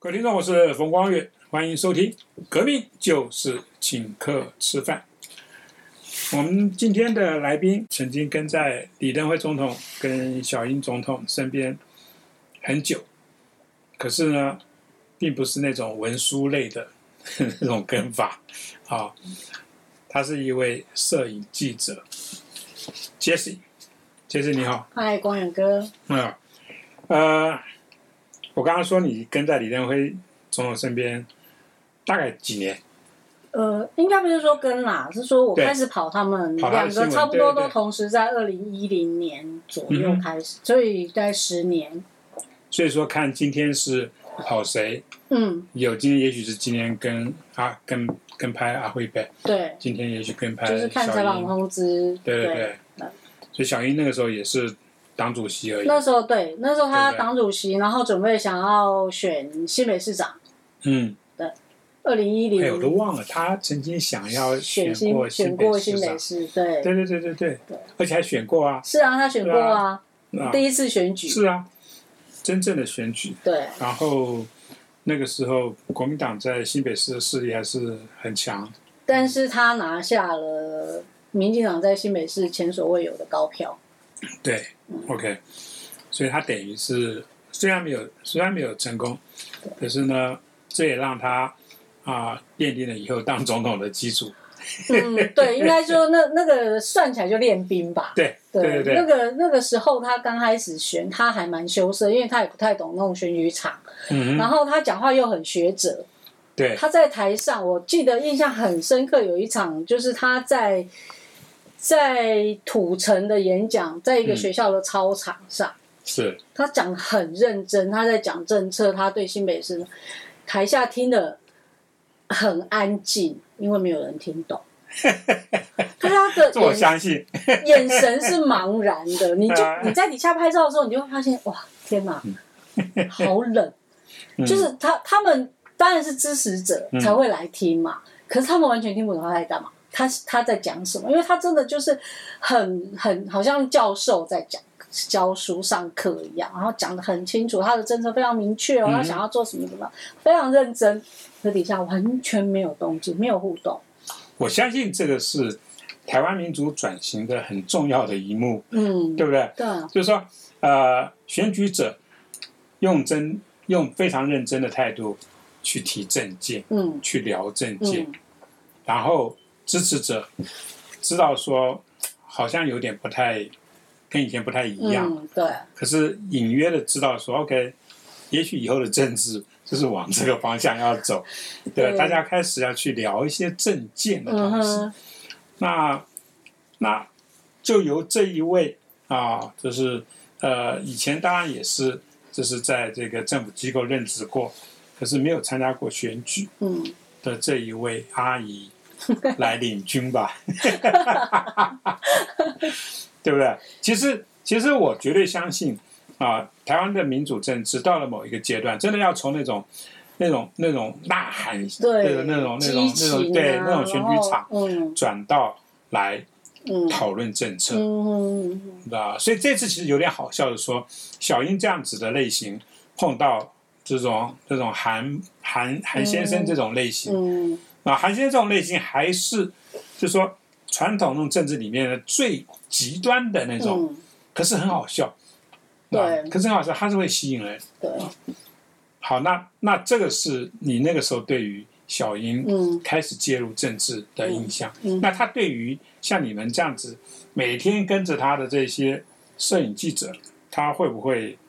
各位听众，我是冯光远，欢迎收听《革命就是请客吃饭》。我们今天的来宾曾经跟在李登辉总统跟小英总统身边很久，可是呢，并不是那种文书类的那种跟法啊。他是一位摄影记者 Jesse 你好。 嗨，光远哥。 我刚刚说你跟在李登辉总统身边大概几年？ 应该不是说跟啦，是说我开始跑他们两个，差不多都同时在2010年左右开始，所以大概10年。 所以说看今天是跑谁？有今天也许是今天跟拍阿辉贝， 对， 今天也许跟拍就是看采访通知， 对。所以小英那个时候也是党主席而已。 那时候他党主席，然后准备想要选新北市长。对，2010。 我都忘了他曾经想要选过新北市， 对， 而且还选过啊。 是啊，他选过啊，第一次选举。 是啊，真正的选举。 对。 然后那个时候国民党在新北市的势力还是很强， 但是他拿下了民进党在新北市前所未有的高票。 对，OK， 所以他等于是虽然没有成功，可是呢，这也让他奠定了以后当总统的基础。 对，应该说那个算起来就练兵吧。 对。 那个时候他刚开始选，他还蛮羞涩，因为他也不太懂那种选举场。然后他讲话又很学者。 对。 他在台上，我记得印象很深刻，有一场就是他在土城的演讲，在一个学校的操场上。 是。他讲得很认真，他在讲政策，他对新北市，台下听得很安静，因为没有人听懂。他的我相信眼神是茫然的。你在底下拍照的时候，你就会发现，哇，天哪，好冷。就是他们当然是支持者才会来听嘛，可是他们完全听不懂他在干嘛，他在讲什么，因为他真的就是很好像教授在教书上课一样，然后讲得很清楚，他的政策非常明确他想要做什么，非常认真，可底下完全没有动静，没有互动。 我相信这个是台湾民主转型的很重要的一幕，对不对？ 对， 就是说，选举者用非常认真的态度去提政见，去聊政见，然后支持者知道说好像有点不太跟以前不太一样， 对， 可是隐约的知道说 OK， 也许以后的政治就是往这个方向要走，对，大家开始要去聊一些政见的东西，那就由这一位就是以前当然也是就是在这个政府机构任职过，可是没有参加过选举的这一位阿姨来领军吧，对不对？其实我绝对相信台湾的民主政治到了某一个阶段，真的要从那种呐喊的那种选举场转到来讨论政策，所以这次其实有点好笑的说，小英这样子的类型碰到这种韩先生这种类型，韩先生这种类型还是就是说传统那种政治里面的最极端的那种，可是很好笑， 对， 可是很好笑，它是会吸引人， 对。 好，那这个是你那个时候对于小英开始介入政治的印象，那他对于像你们这样子每天跟着他的这些摄影记者，他会不会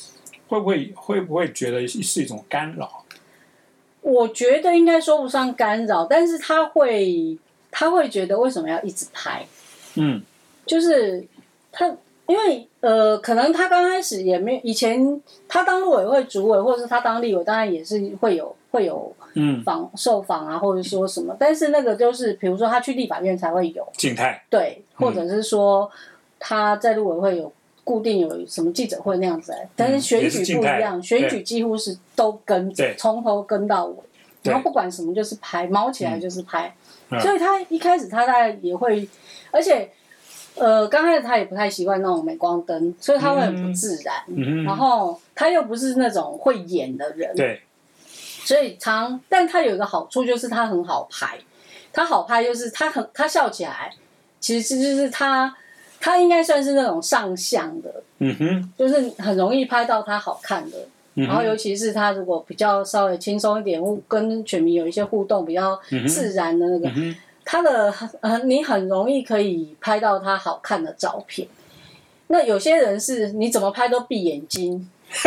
觉得是一种干扰？ 我觉得应该说不上干扰，但是他会觉得为什么要一直拍？就是他因为可能他刚开始也没有，以前他当陆委会主委，或者是他当立委，当然也是会有受访啊，或者说什么，但是那个就是比如说他去立法院才会有静态， 对，或者是说他在陆委会有固定有什么记者会那样子，但是选举不一样，选举几乎是都跟着，从头跟到尾，然后不管什么就是拍，毛起来就是拍，所以他一开始他大概也会，而且刚开始他也不太习惯那种镁光灯，所以他会很不自然，然后他又不是那种会演的人， 对， 所以但他有一个好处就是他很好拍，他好拍就是他笑起来，其实就是他应该算是那种上相的，就是很容易拍到他好看的。然后尤其是他如果比较稍微轻松一点，跟选民有一些互动比较自然的那个，他的你很容易可以拍到他好看的照片。那有些人是你怎么拍都闭眼睛，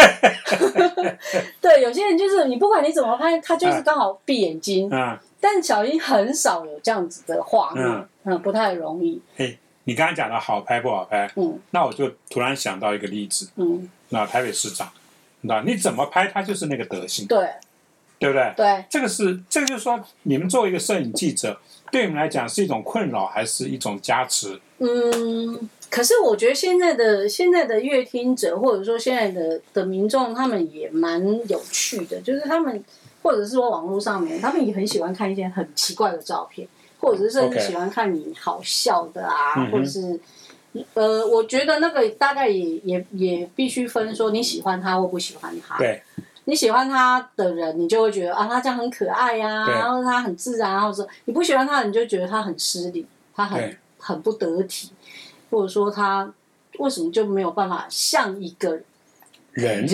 对，有些人就是你不管你怎么拍，他就是刚好闭眼睛。但小英很少有这样子的画面，不太容易。 你刚刚讲的好拍不好拍，那我就突然想到一个例子，那台北市长。你怎么拍他就是那个德行， 对不对？ 对， 这个就是说，你们作为一个摄影记者，对你们来讲是一种困扰还是一种加持？ 可是我觉得现在的乐听者或者说现在的民众，他们也蛮有趣的，就是他们或者是说网络上面，他们也很喜欢看一些很奇怪的照片，或者是甚至喜欢看你好笑的啊，或者是。我觉得那个大概也必须分说你喜欢他或不喜欢他。 对， 你喜欢他的人，你就会觉得他这样很可爱呀，然后他很自然，或者说你不喜欢他的，你就觉得他很失礼，他很不得体，或者说他为什么就没有办法像一个人，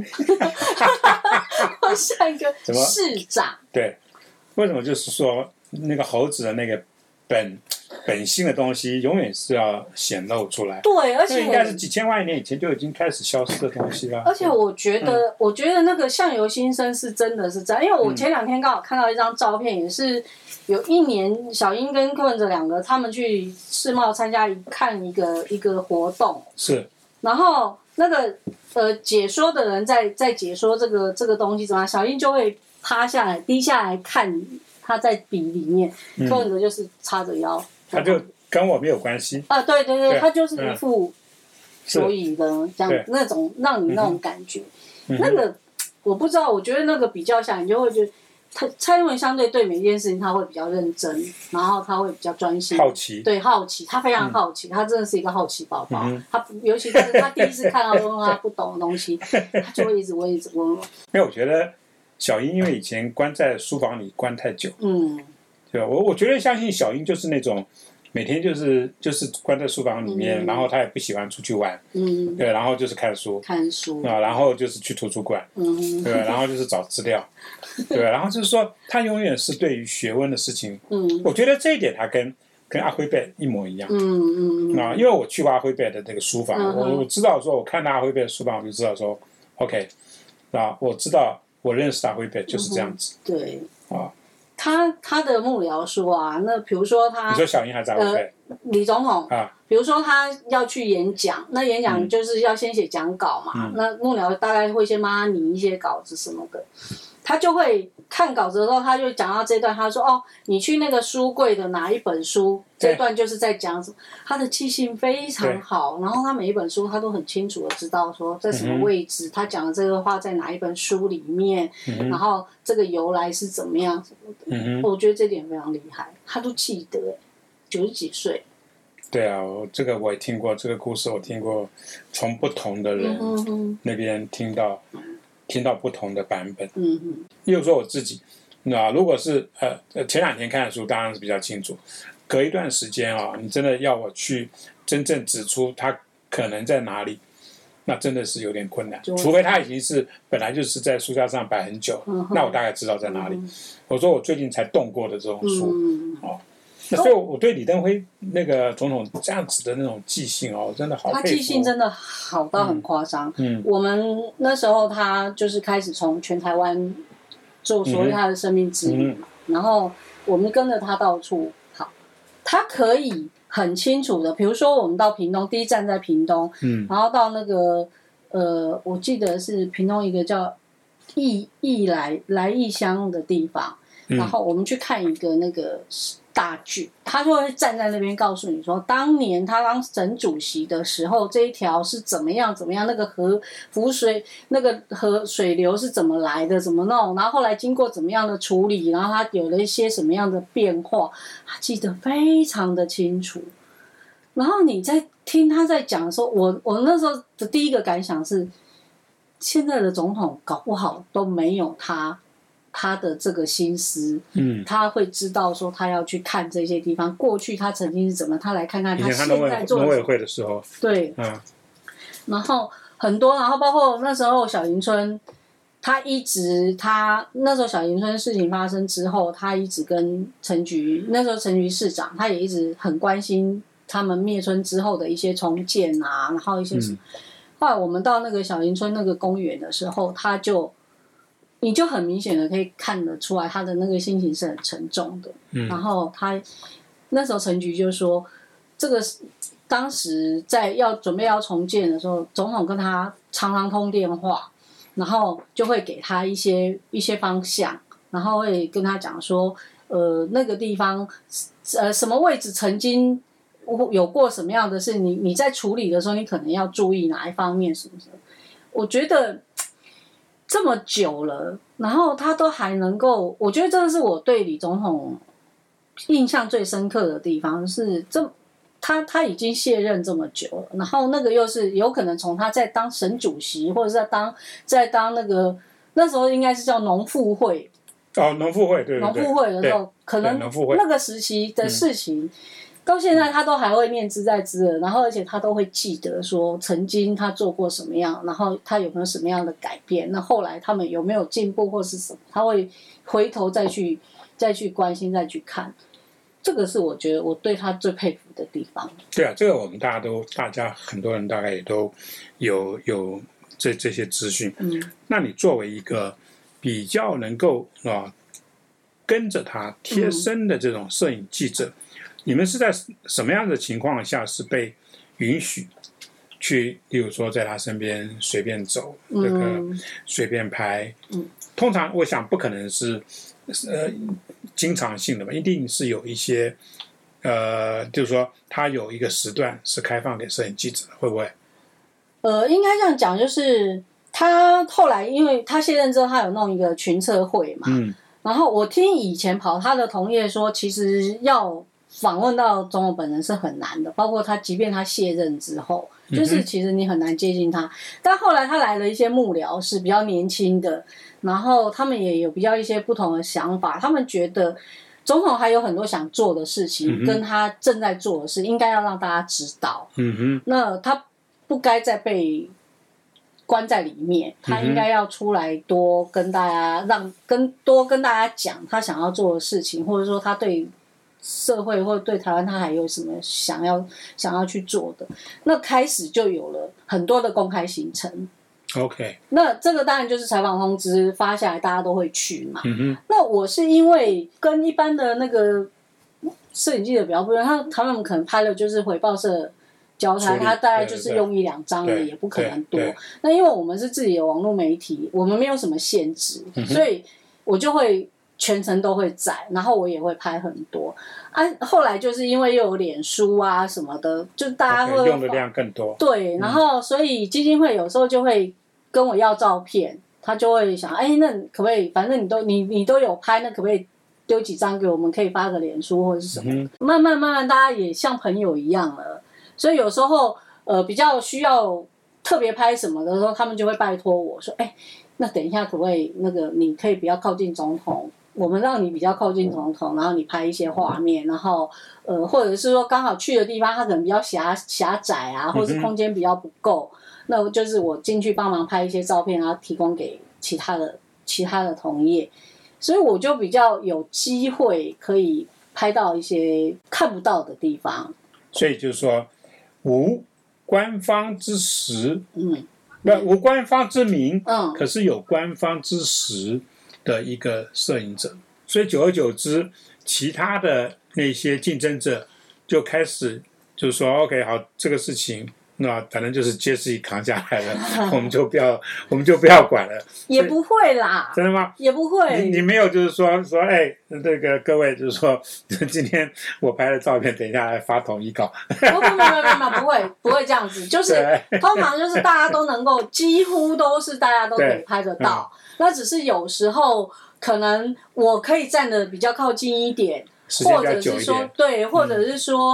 或像一个市长？ 对，为什么就是说那个猴子的那个本性的东西永远是要显露出来， 对，而且应该是几千万年以前就已经开始消失的东西了。 而且我觉得那个相由心生是真的是这样，因为我前2天刚好看到一张照片，也是有一年小英跟柯文哲2个他们去世贸参加看一个活动， 是， 然后那个解说的人在解说这个东西怎么样，小英就会趴下来低下来看他在笔里面，柯文哲就是叉着腰。 他就跟我没有关系对，他就是一副所以的这样那种让你那种感觉，那个我不知道，我觉得那个比较下，你就会觉得蔡英文相对对每一件事情他会比较认真，然后他会比较专心， 好奇， 对，好奇，他非常好奇，他真的是一个好奇宝宝，他尤其是他第一次看到他不懂的东西，他就会一直问。因为我觉得小英因为以前关在书房里关太久，对吧？我绝对相信小英就是那种每天就是关在书房里面，然后他也不喜欢出去玩，对，然后就是看书啊，然后就是去图书馆，对，然后就是找资料，对，然后就是说他永远是对于学问的事情，我觉得这一点他跟阿辉贝一模一样，啊，因为我去过阿辉贝的那个书房，我知道说我看到阿辉贝的书房，我就知道说 ，OK， 啊，我知道我认识阿辉贝就是这样子， 对， 啊。 他的幕僚说啊，那比如说你说小英还是阿辉贝？ 李总统啊， 比如说他要去演讲，那演讲就是要先写讲稿嘛，那幕僚大概会先帮他拟一些稿子什么的，他就会看稿子的时候，他就讲到这段，他说你去那个书柜的哪一本书，这段就是在讲什么，他的记性非常好，然后他每一本书他都很清楚的知道说在什么位置，他讲的这个话在哪一本书里面，然后这个由来是怎么样什么的，我觉得这点非常厉害，他都记得，90几岁。 对啊，这个我也听过，这个故事我听过，从不同的人那边听到不同的版本。例如说我自己，那如果是前2天看的书，当然是比较清楚。隔一段时间啊，你真的要我去真正指出它可能在哪里，那真的是有点困难。除非它已经是本来就是在书架上摆很久，那我大概知道在哪里。我说我最近才动过的这种书，那所以我对李登辉那个总统这样子的那种记性真的好佩服。 他记性真的好到很夸张。我们那时候他就是开始从全台湾做所谓他的生命之旅嘛，然后我们跟着他到处跑，他可以很清楚的，比如说我们到屏东，第一站在屏东，然后到那个我记得是屏东一个叫来义乡的地方，然后我们去看一个那个大剧，他就会站在那边告诉你说，当年他当省主席的时候，这一条是怎么样，那个浮水那个河水流是怎么来的，怎么弄，然后后来经过怎么样的处理，然后他有了一些什么样的变化，他记得非常的清楚。然后你在听他在讲的时候，我那时候的第一个感想是，现在的总统搞不好都没有他他的这个心思，他会知道说他要去看这些地方，过去他曾经是怎么，他来看看他现在做农委会的时候， 对，然后很多，然后包括那时候小林村，他那时候小林村事情发生之后，他一直跟那时候陈局市长，他也一直很关心他们灭村之后的一些重建啊，然后一些后来我们到那个小林村那个公园的时候，你就很明显的可以看得出来，他的那个心情是很沉重的。然后他那时候陈局就说，这个当时在准备要重建的时候，总统跟他常常通电话，然后就会给他一些方向，然后会跟他讲说，那个地方什么位置曾经有过什么样的事，你在处理的时候，你可能要注意哪一方面什么什么。我觉得这么久了，然后他都还能够，我觉得这是我对李总统印象最深刻的地方，是他已经卸任这么久了，然后那个又是有可能从他在当省主席，或者是在当那时候应该是叫农复会。 农复会，对， 农复会的时候，可能那个时期的事情，到现在他都还会念兹在兹的，然后而且他都会记得说曾经他做过什么样，然后他有没有什么样的改变，那后来他们有没有进步或是什么，他会回头再去关心，再去看。这个是我觉得我对他最佩服的地方。 对啊，这个我们大家很多人大概也都有这些资讯。那你作为一个比较能够跟着他贴身的这种摄影记者，你们是在什么样的情况下是被允许去，例如说在他身边随便走，这个随便拍？通常我想不可能是经常性的吧，一定是有一些就是说他有一个时段是开放给摄影记者的，会不会？ 应该这样讲，就是他后来因为他卸任之后，他有弄一个群策会嘛，然后我听以前跑他的同业说，其实要访问到总统本人是很难的，包括即便他卸任之后，就是其实你很难接近他。但后来他来了一些幕僚是比较年轻的，然后他们也有比较一些不同的想法，他们觉得总统还有很多想做的事情，跟他正在做的事，应该要让大家知道。那他不该再被关在里面，他应该要出来多跟大家多跟大家讲他想要做的事情，或者说他对社会或者对台湾他还有什么想要去做的。那开始就有了很多的公开行程。 OK， 那这个当然就是采访通知发下来，大家都会去嘛。那我是因为跟一般的那个摄影记者比较不一样，他们可能拍了就是回报社交差，他大概就是用1-2张的，也不可能多。那因为我们是自己的网络媒体，我们没有什么限制，所以我就会全程都会在，然后我也会拍很多。后来就是因为又有脸书啊什么的，就大家会用的量更多。 对，然后所以基金会有时候就会跟我要照片，他就会想，那可不可以？反正你都有拍，那可不可以丢几张给我们？可以发个脸书或者是什么？慢慢，大家也像朋友一样了。所以有时候比较需要特别拍什么的时候，他们就会拜托我说，那等一下可不可以你可以比较靠近总统，我们让你比较靠近总统，然后你拍一些画面，然后或者是说刚好去的地方它可能比较狭窄啊，或者是空间比较不够，那就是我进去帮忙拍一些照片，然后提供给其他的同业，所以我就比较有机会可以拍到一些看不到的地方。 所以就是说无官方之实，无官方之名，可是有官方之实的一个摄影者，所以久而久之，其他的那些竞争者就开始就是说 ，OK， 好，这个事情那反正就是接自己扛下来了，我们就不要管了。 也不会啦， 真的吗？ 也不会。 你没有就是说，这个各位就是说，今天我拍的照片，等一下来发统一稿。不会这样子，就是通常就是大家都能够，几乎都是大家都可以拍得到。那只是有时候可能我可以站得比较靠近一点，或者是说对，或者是说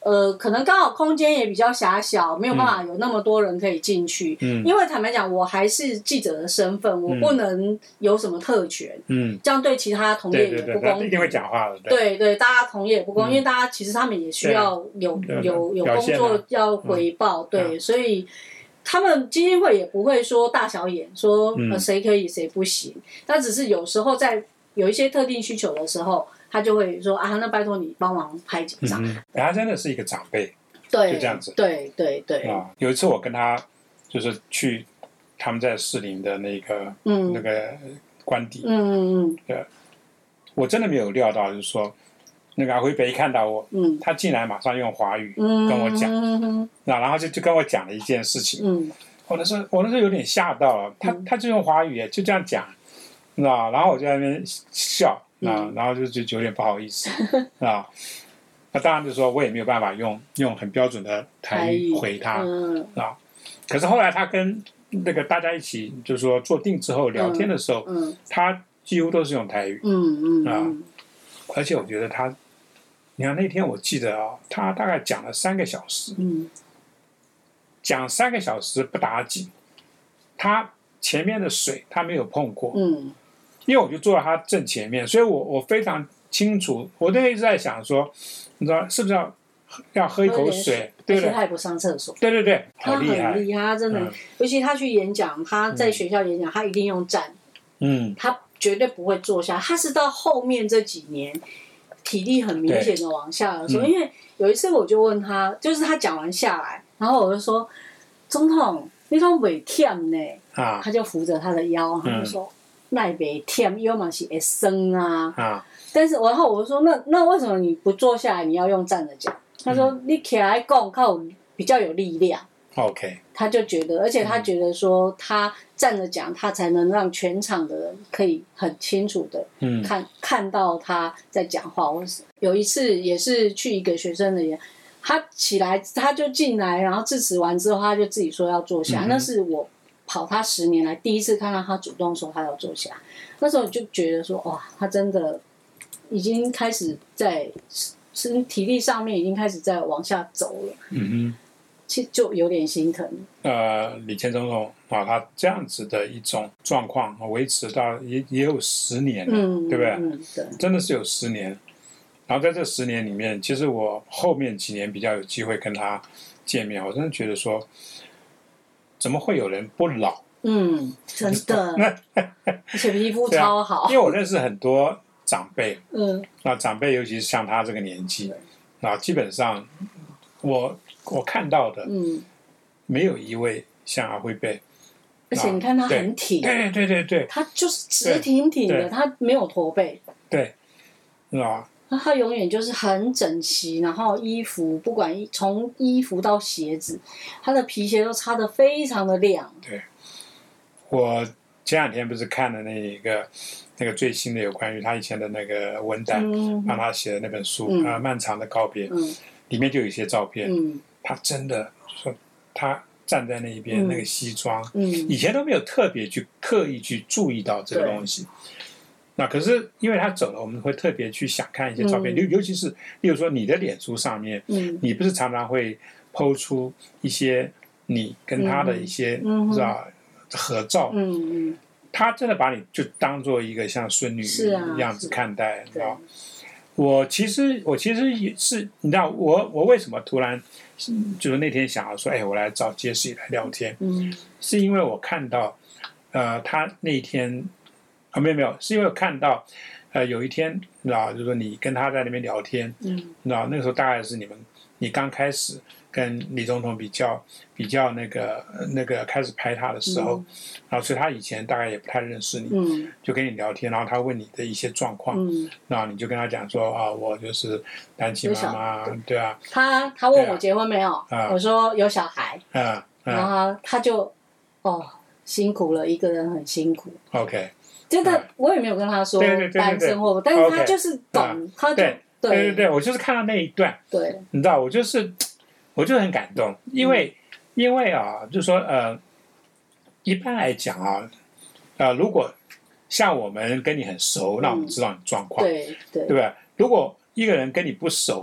可能刚好空间也比较狭小，没有办法有那么多人可以进去。因为坦白讲，我还是记者的身份，我不能有什么特权。这样对其他同业也不公平。 一定会讲话的。 对对，大家同业也不公平，因为大家其实他们也需要有工作要回报，对，所以他们基金会也不会说大小眼，说谁可以谁不行，他只是有时候在有一些特定需求的时候。他就会说啊，那拜托你帮忙拍几张。 他真的是一个长辈， 对， 就这样子。 对对对。 有一次我跟他就是去他们在士林的那个那个官邸，对，我真的没有料到，就是说那个阿辉伯一看到我，他竟然马上用华语跟我讲，然后就跟我讲了一件事情，我那时候有点吓到了，他就用华语就这样讲，然后我就在那边笑。然后就有点不好意思啊。那当然就是说我也没有办法用很标准的台语回他啊。可是后来他跟那个大家一起就是说坐定之后聊天的时候，他几乎都是用台语啊。而且我觉得他，你看那天我记得啊，他大概讲了3个小时，讲3个小时不打紧，他前面的水他没有碰过，因为我就坐在他正前面，所以我非常清楚。我那一直在想说，你知道是不是要喝一口水，对不对？ 他也不上厕所。 对对对， 他很厉害，他真的，尤其他去演讲，他在学校演讲，他一定用站，他绝对不会坐下。他是到后面这几年体力很明显的往下的时候，因为有一次我就问他，就是他讲完下来，然后我就说，总统，你都袂忝呢？他就扶着他的腰，他就说。那也袂忝，腰嘛是会酸啊。但是然后我说那为什么你不坐下来，你要用站着讲？他说你起来讲，比较有力量。 OK。他就觉得，而且他觉得说他站着讲，他才能让全场的人可以很清楚的看到他在讲话。有一次也是去一个学生的演，他起来他就进来，然后致辞完之后，他就自己说要坐下。那是我。跑他10年来第一次看到他主动说他要坐下，那时候就觉得说哇，他真的已经开始在体力上面已经开始在往下走了，其实就有点心疼。 李前总统他这样子的一种状况维持到也有10年了，对不对？ 对， 真的是有10年。然后在这10年里面，其实我后面几年比较有机会跟他见面，我真的觉得说。怎么会有人不老？ 真的，而且皮肤超好。 因为我认识很多长辈，那长辈尤其是像他这个年纪，那基本上我看到的，没有一位像阿辉伯。 而且你看他很挺， 对， 他就是直挺挺的，他没有驼背， 对，是吧？ 他永远就是很整齐，然后衣服不管从衣服到鞋子，他的皮鞋都擦得非常的亮。 对，我前2天不是看了那个最新的有关于他以前的那个文胆帮他写的那本书漫长的告别，里面就有一些照片，他真的说他站在那一边那个西装，以前都没有特别去刻意去注意到这个东西。那可是因为他走了，我们会特别去想看一些照片，尤其是例如说你的脸书上面，你不是常常会 po 出一些你跟他的一些是吧合照，他真的把你就当做一个像孙女样子看待，你知道？我其实也是，你知道我为什么突然就是那天想要说，我来找杰西来聊天，是因为我看到他那天。没有，是因为我看到，有一天，就是说你跟他在那边聊天，那个时候大概是你刚开始跟李总统比较那个开始拍他的时候，然后所以他以前大概也不太认识你，就跟你聊天，然后他问你的一些状况，然后你就跟他讲说我就是单亲妈妈，对啊， 他问我结婚没有，我说有小孩，然后他就辛苦了，一个人很辛苦 ，OK。 真的，我也没有跟他说单身或，但是他就是懂，他就对，我就是看到那一段， 对， 你知道，我就很感动，因为就是说一般来讲如果像我们跟你很熟，那我们知道你状况， 对， 对不对？如果一个人跟你不熟，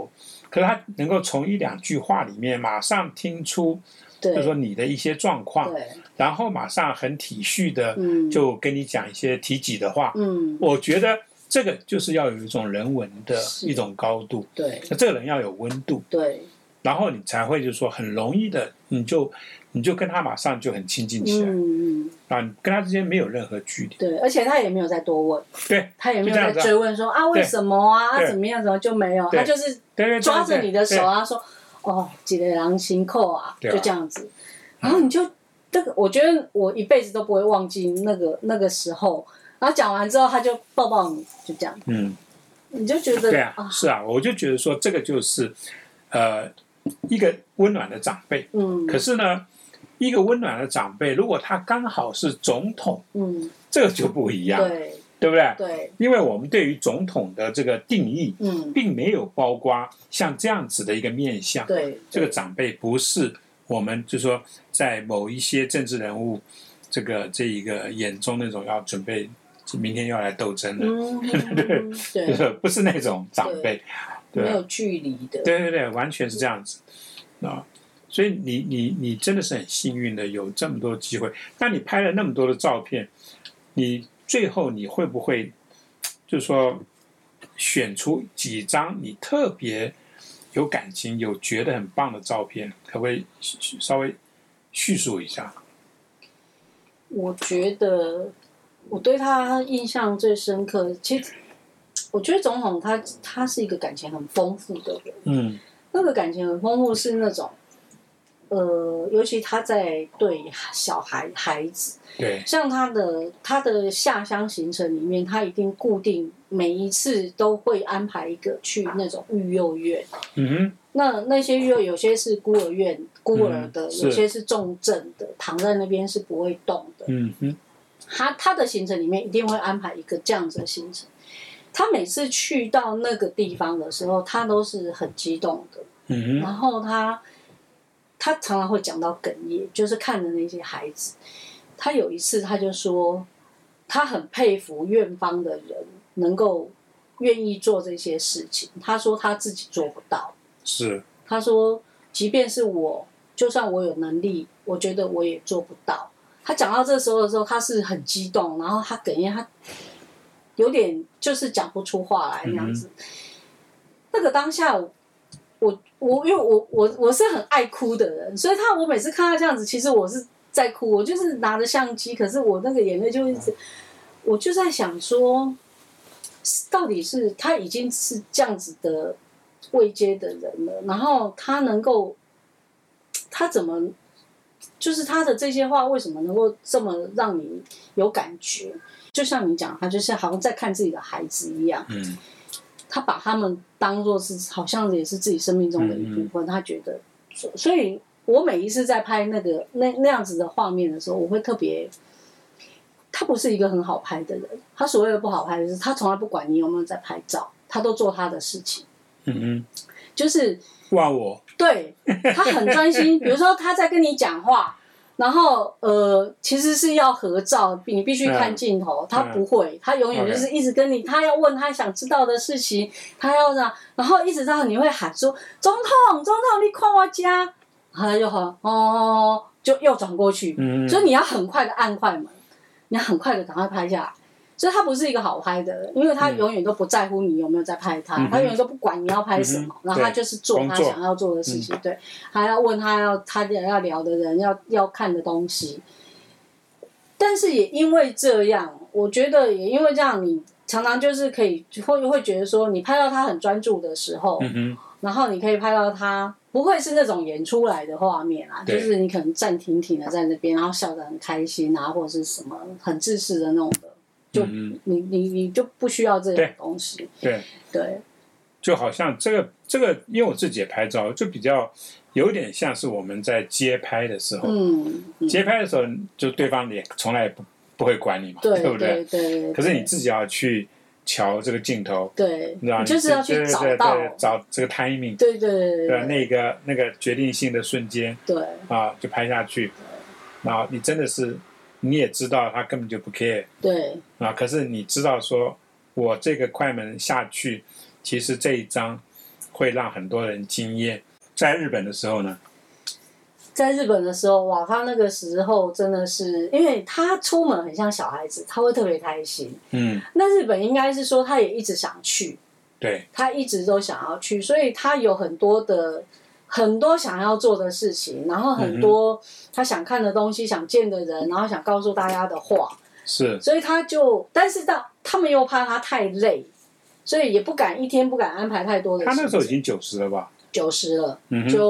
可是他能够从一两句话里面马上听出，就是说你的一些状况，然后马上很体恤的就跟你讲一些体己的话。我觉得这个就是要有一种人文的一种高度， 对， 那这个人要有温度， 对， 然后你才会就是说很容易的，你就跟他马上就很亲近起来，啊，跟他之间没有任何距离， 对，而且他也没有再多问， 对， 他也没有再追问说啊为什么啊怎么样怎么就没有，他就是抓着你的手啊说哦一个人辛苦啊，就这样子，然后你就这个，我觉得我一辈子都不会忘记那个时候。然后讲完之后，他就抱抱你，就这样。你就觉得对啊，是啊，我就觉得说这个就是一个温暖的长辈。可是呢，一个温暖的长辈，如果他刚好是总统，这个就不一样，对不对？ 对， 因为我们对于总统的这个定义，并没有包括像这样子的一个面向。 对， 这个长辈不是我们就说在某一些政治人物这一个眼中那种要准备。明天要来斗争的，对，不是那种长辈， 没有距离的， 对，完全是这样子啊。所以你真的是很幸运的，有这么多机会。那你拍了那么多的照片，你最后你会不会就是说选出几张你特别有感情、有觉得很棒的照片？可不可以稍微叙述一下？ 我觉得。我对他印象最深刻，其实我觉得总统他是一个感情很丰富的人，那个感情很丰富是那种，尤其他在对小孩子， 对， 像他的下乡行程里面，他一定固定每一次都会安排一个去那种育幼院，那些育幼有些是孤儿院孤儿的，有些是重症的，躺在那边是不会动的，他的行程里面一定会安排一个这样子的行程。他每次去到那个地方的时候，他都是很激动的。然后他常常会讲到哽咽，就是看着那些孩子。他有一次他就说，他很佩服院方的人能够愿意做这些事情。他说他自己做不到。 是。 他说，即便是我，就算我有能力，我觉得我也做不到。他讲到这时候的时候，他是很激动，然后他哽咽，他有点就是讲不出话来那样子。那个当下，因为我是很爱哭的人，所以我每次看他这样子，其实我是在哭，我就是拿着相机，可是我那个眼泪就一直，我就在想说，到底是他已经是这样子的位阶的人了，然后他能够，他怎么？就是他的这些话为什么能够这么让你有感觉？就像你讲，他就是好像在看自己的孩子一样。他把他们当作是好像也是自己生命中的一部分。他觉得，所以我每一次在拍那样子的画面的时候，我会特别。他不是一个很好拍的人，他所谓的不好拍的是，他从来不管你有没有在拍照，他都做他的事情。就是忘我。 对，他很专心。比如说他在跟你讲话，然后其实是要合照，你必须看镜头。他不会，他永远就是一直跟你，他要问他想知道的事情，他要让，然后一直到你会喊说总统，你看我家，他就很就又转过去。所以你要很快的按快门，你要很快的赶快拍下来。所以他不是一个好拍的人，因为他永远都不在乎你有没有在拍他，他永远都不管你要拍什么，然后他就是做他想要做的事情。对，他要问他要聊的人，要看的东西。但是也因为这样，我觉得也因为这样，你常常就是可以会觉得说，你拍到他很专注的时候，然后你可以拍到他不会是那种演出来的画面啊，就是你可能站挺挺的在那边，然后笑得很开心啊，或者是什么很自私的那种的。就你就不需要这种东西，对， 就好像这个，因为我自己也拍照，就比较有点像是我们在街拍的时候，街拍的时候就对方也从来不会管你嘛，对不对？ 对。 可是你自己要去瞧这个镜头， 对， 你就是要去找这个 timing， 对， 那个决定性的瞬间， 对啊，就拍下去，然后你真的是。你也知道他根本就不 care， 对啊，可是你知道说，我这个快门下去，其实这一张会让很多人惊艳。在日本的时候呢？ 在日本的时候，哇，他那个时候真的是，因为他出门很像小孩子，他会特别开心。那日本应该是说他也一直想去， 对， 他一直都想要去，所以他有很多想要做的事情，然后很多他想看的东西、想见的人，然后想告诉大家的话。 是， 所以他就，但是他们又怕他太累，所以也一天不敢安排太多的事情。 他那时候已经90了吧 ？90了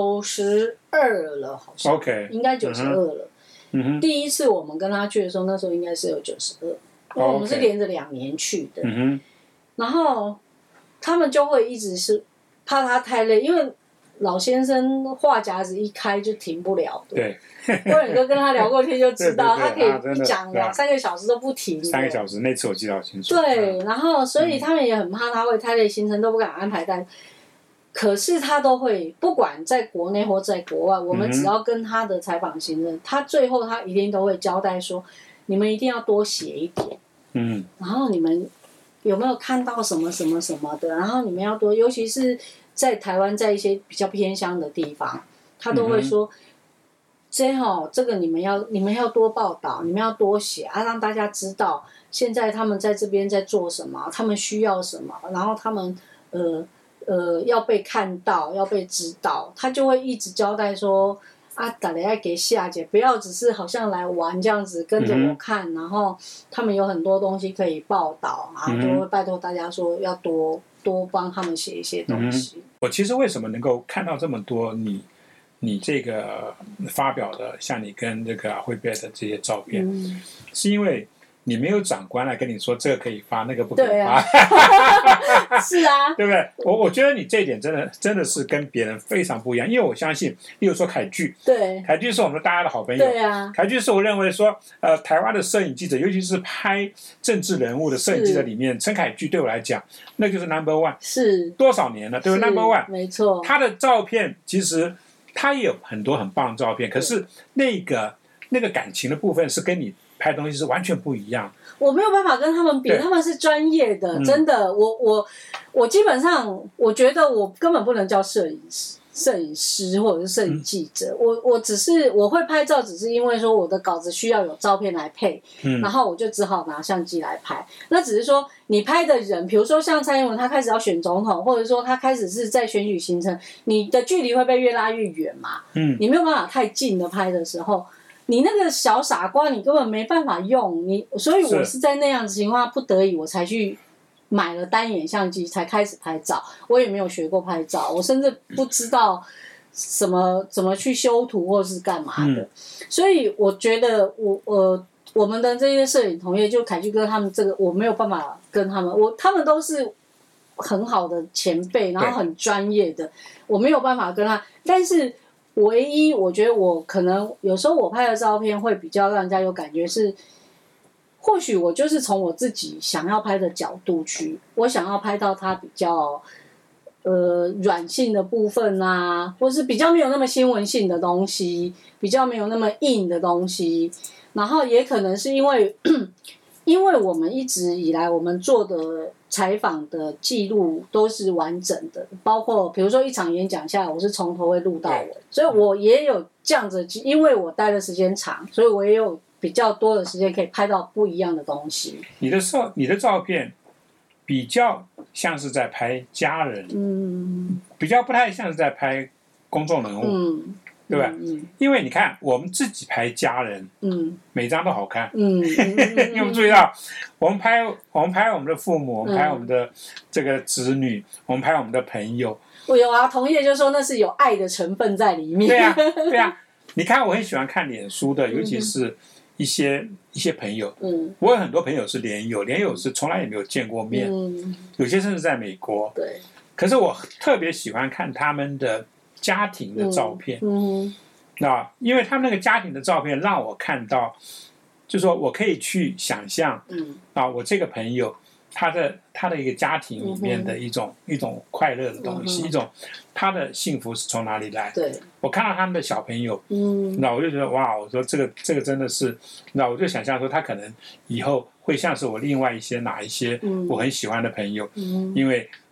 ，92了，好像。 OK， 应该92了。第一次我们跟他去的时候，那时候应该是有92，因为我们是连着2年去的。然后他们就会一直是怕他太累，因为老先生话匣子一开就停不了的。 对。 郭远哥跟他聊过天就知道，他可以一讲2-3个小时都不停。 3个小时，那次我记得好清楚。 对，然后所以他们也很怕他会太累，行程都不敢安排。可是他都会，不管在国内或在国外，我们只要跟他的采访行程，他最后他一定都会交代说，你们一定要多写一点。然后你们有没有看到什么什么什么的？然后你们要多，尤其是在台湾，在一些比较偏乡的地方，他都会说。这个你们要多报道，你们要多写啊，让大家知道现在他们在这边在做什么，他们需要什么，然后他们要被看到，要被知道，他就会一直交代说啊，大家要给夏姐，不要只是好像来玩这样子跟着我看，然后他们有很多东西可以报道啊，就会拜托大家说要多帮他们写一些东西。 我其实为什么能够看到这么多你这个发表的，像你跟这个惠贝的这些照片，是因为你没有长官来跟你说这个可以发，那个不可以发。 是啊， 对不对？我觉得你这一点真的是跟别人非常不一样，因为我相信，例如说凯剧， 对， 凯剧是我们大家的好朋友， 对啊， 凯剧是我认为说，台湾的摄影记者，尤其是拍政治人物的摄影记者里面，陈凯剧对我来讲，那就是 No.1， 是多少年了，对不对 ？No.1， 没错， 他的照片其实。他也有很多很棒的照片，可是那个感情的部分是跟你拍东西是完全不一样。 我没有办法跟他们比，他们是专业的，真的。我基本上我觉得我根本不能叫摄影师或者是摄影记者，我会拍照，只是因为说我的稿子需要有照片来配，然后我就只好拿相机来拍。那只是说你拍的人，比如说像蔡英文，他开始要选总统，或者说他开始是在选举行程，你的距离会被越拉越远嘛，你没有办法太近的拍的时候，你那个小傻瓜你根本没办法用，所以我是在那样子情况下不得已我才去买了单眼相机才开始拍照，我也没有学过拍照，我甚至不知道怎么去修图或是干嘛的，所以我觉得我们的这些摄影同业，就凯剧哥他们这个，我没有办法跟他们，他们都是很好的前辈，然后很专业的，我没有办法跟他，但是唯一我觉得我可能有时候我拍的照片会比较让人家有感觉是。或许我就是从我自己想要拍的角度去，我想要拍到它比较软性的部分啊，或是比较没有那么新闻性的东西，比较没有那么硬的东西，然后也可能是因为我们一直以来我们做的采访的记录都是完整的，包括比如说一场演讲下来，我是从头会录到尾，所以我也有这样子，因为我待的时间长，所以我也有比较多的时间可以拍到不一样的东西。你的照片比较像是在拍家人，比较不太像是在拍公众人物，对吧？因为你看我们自己拍家人，每张都好看，你有没有注意到？我们拍我们的父母，我们拍我们的这个子女，我们拍我们的朋友。 我有啊，同业就说那是有爱的成分在里面。 对啊，你看我很喜欢看脸书的，尤其是一些朋友，我有很多朋友是连友是从来也没有见过面，有些甚至在美国， 对。 可是我特别喜欢看他们的家庭的照片，因为他们那个家庭的照片让我看到，就是说我可以去想象，我这个朋友他的一个家庭里面的一种快乐的东西，一种他的幸福是从哪里来？ 对， 我看到他们的小朋友，那我就觉得哇，我说这个真的是，那我就想象说他可能以后会像是我另外哪一些我很喜欢的朋友，因为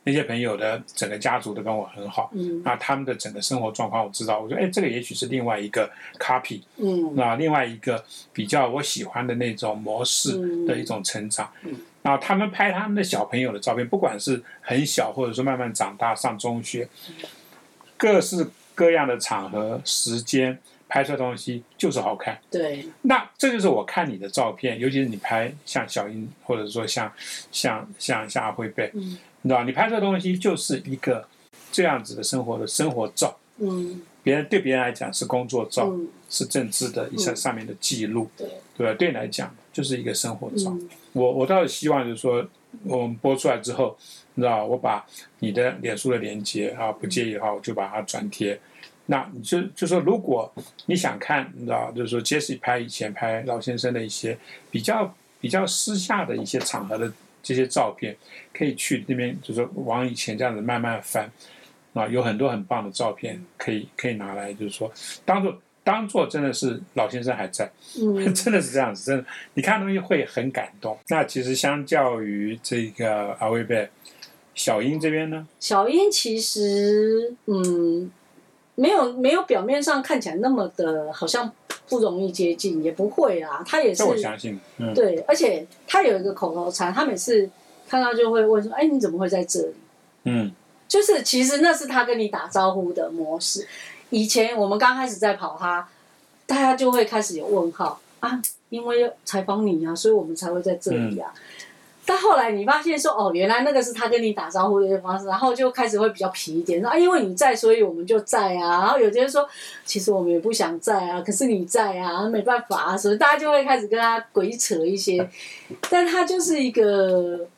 那些朋友的整个家族都跟我很好，那他们的整个生活状况我知道，我说这个也许是另外一个 copy，那另外一个比较我喜欢的那种模式的一种成长。然后他们拍他们的小朋友的照片，不管是很小或者说慢慢长大上中学，各式各样的场合时间拍出来的东西就是好看。 对， 那这就是我看你的照片，尤其是你拍像小英，或者说像阿辉贝，你知道，你拍出来的东西就是一个这样子的生活照。对别人来讲是工作照，是政治的上面的记录，对吧？对你来讲就是一个生活照。我倒是希望就是说，我们播出来之后，你知道，我把你的脸书的连接啊，不介意的话，我就把它转贴。那你就说，如果你想看，你知道，就是说Jesse以前拍老先生的一些比较私下的一些场合的这些照片，可以去那边，就是说往以前这样子慢慢翻。有很多很棒的照片可以拿来，就是说当做真的是老先生还在，真的是这样子，真的你看东西会很感动。那其实相较于这个阿威贝，小英这边呢？ 小英其实没有表面上看起来那么的好像不容易接近，也不会啊，他也是。 这我相信。 对，而且他有一个口头禅，他每次看到就会问说：“你怎么会在这里？”就是其实那是他跟你打招呼的模式。以前我们刚开始在跑他，大家就会开始有问号啊，因为采访你啊，所以我们才会在这里啊。但后来你发现说，原来那个是他跟你打招呼的方式，然后就开始会比较皮一点，说因为你在，所以我们就在啊。然后有些人说，其实我们也不想在啊，可是你在啊，没办法啊，所以大家就会开始跟他鬼扯一些。但他就是一个。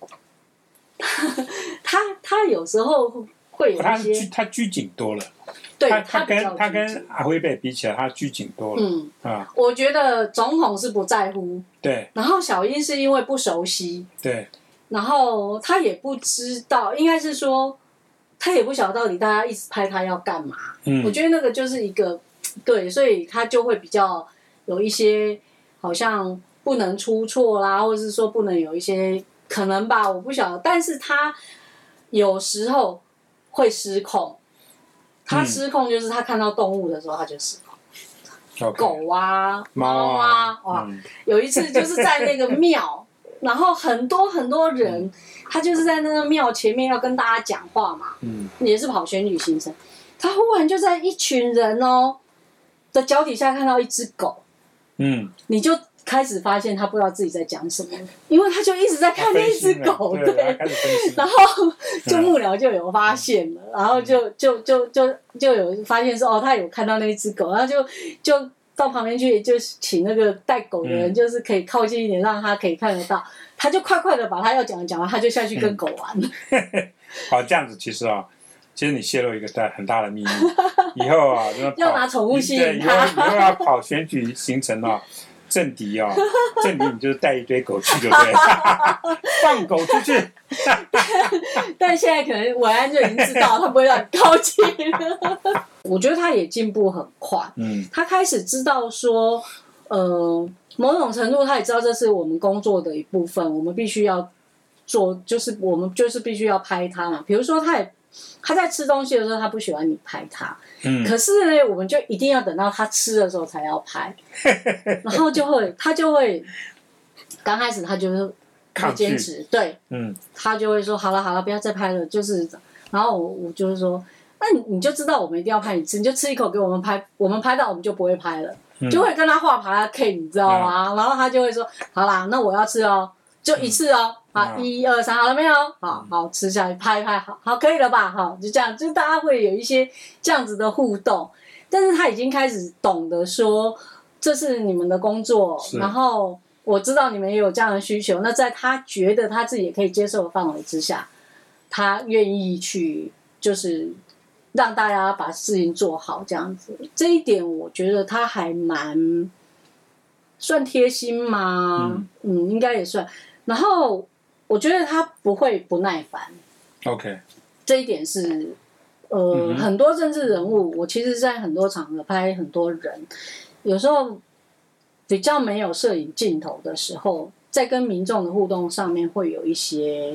他有时候会有一些， 他拘谨多了。 对， 他跟阿辉贝比起来，他拘谨多了。 我觉得总统是不在乎， 对。 然后小英是因为不熟悉， 对。 然后他也不知道，应该是说他也不晓得到底大家一直拍他要干嘛。我觉得那个就是一个对，所以他就会比较有一些好像不能出错啦，或者是说不能有一些。可能吧，我不晓得，但是他有时候会失控。他失控就是他看到动物的时候，他就失控。狗啊，猫啊，哇！有一次就是在那个庙，然后很多人，他就是在那个庙前面要跟大家讲话嘛，也是跑选举行程。他忽然就在一群人的脚底下看到一只狗，你就。开始发现他不知道自己在讲什么，因为他就一直在看那一只狗，对，然后就幕僚就有发现了，然后就有发现说他有看到那一只狗，然后就到旁边去，就请那个带狗的人，就是可以靠近一点，让他可以看得到，他就快快的把他要讲的讲完，他就下去跟狗玩了。 好，这样子其实你泄露一个很大的秘密，以后要拿宠物吸引他， 以后要跑选举行程政敌你就是带一堆狗去就对了，放狗出去。 但现在可能伟安就已经知道他不会让你靠近了。我觉得他也进步很快，他开始知道说，某种程度他也知道这是我们工作的一部分，我们必须要做，就是我们就是必须要拍他嘛。比如说他在吃东西的时候，他不喜欢你拍他，可是呢，我们就一定要等到他吃的时候才要拍，然后他就会刚开始他就是不坚持，对，他就会说好了，不要再拍了，就是，然后我就是说，那你就知道我们一定要拍你吃，你就吃一口给我们拍，我们拍到我们就不会拍了，就会跟他画爬他 K， 你知道吗？然后他就会说好啦，那我要吃哦。就一次哦，好，1、2、3，好了没有？好，吃下来，拍，好，可以了吧？好，就这样，就大家会有一些这样子的互动，但是他已经开始懂得说，这是你们的工作，然后我知道你们也有这样的需求，那在他觉得他自己也可以接受的范围之下，他愿意去就是让大家把事情做好，这样子，这一点我觉得他还蛮算贴心吗？应该也算。然后我觉得他不会不耐烦 ，OK， 这一点是很多政治人物，我其实在很多场合拍很多人，有时候比较没有摄影镜头的时候，在跟民众的互动上面会有一些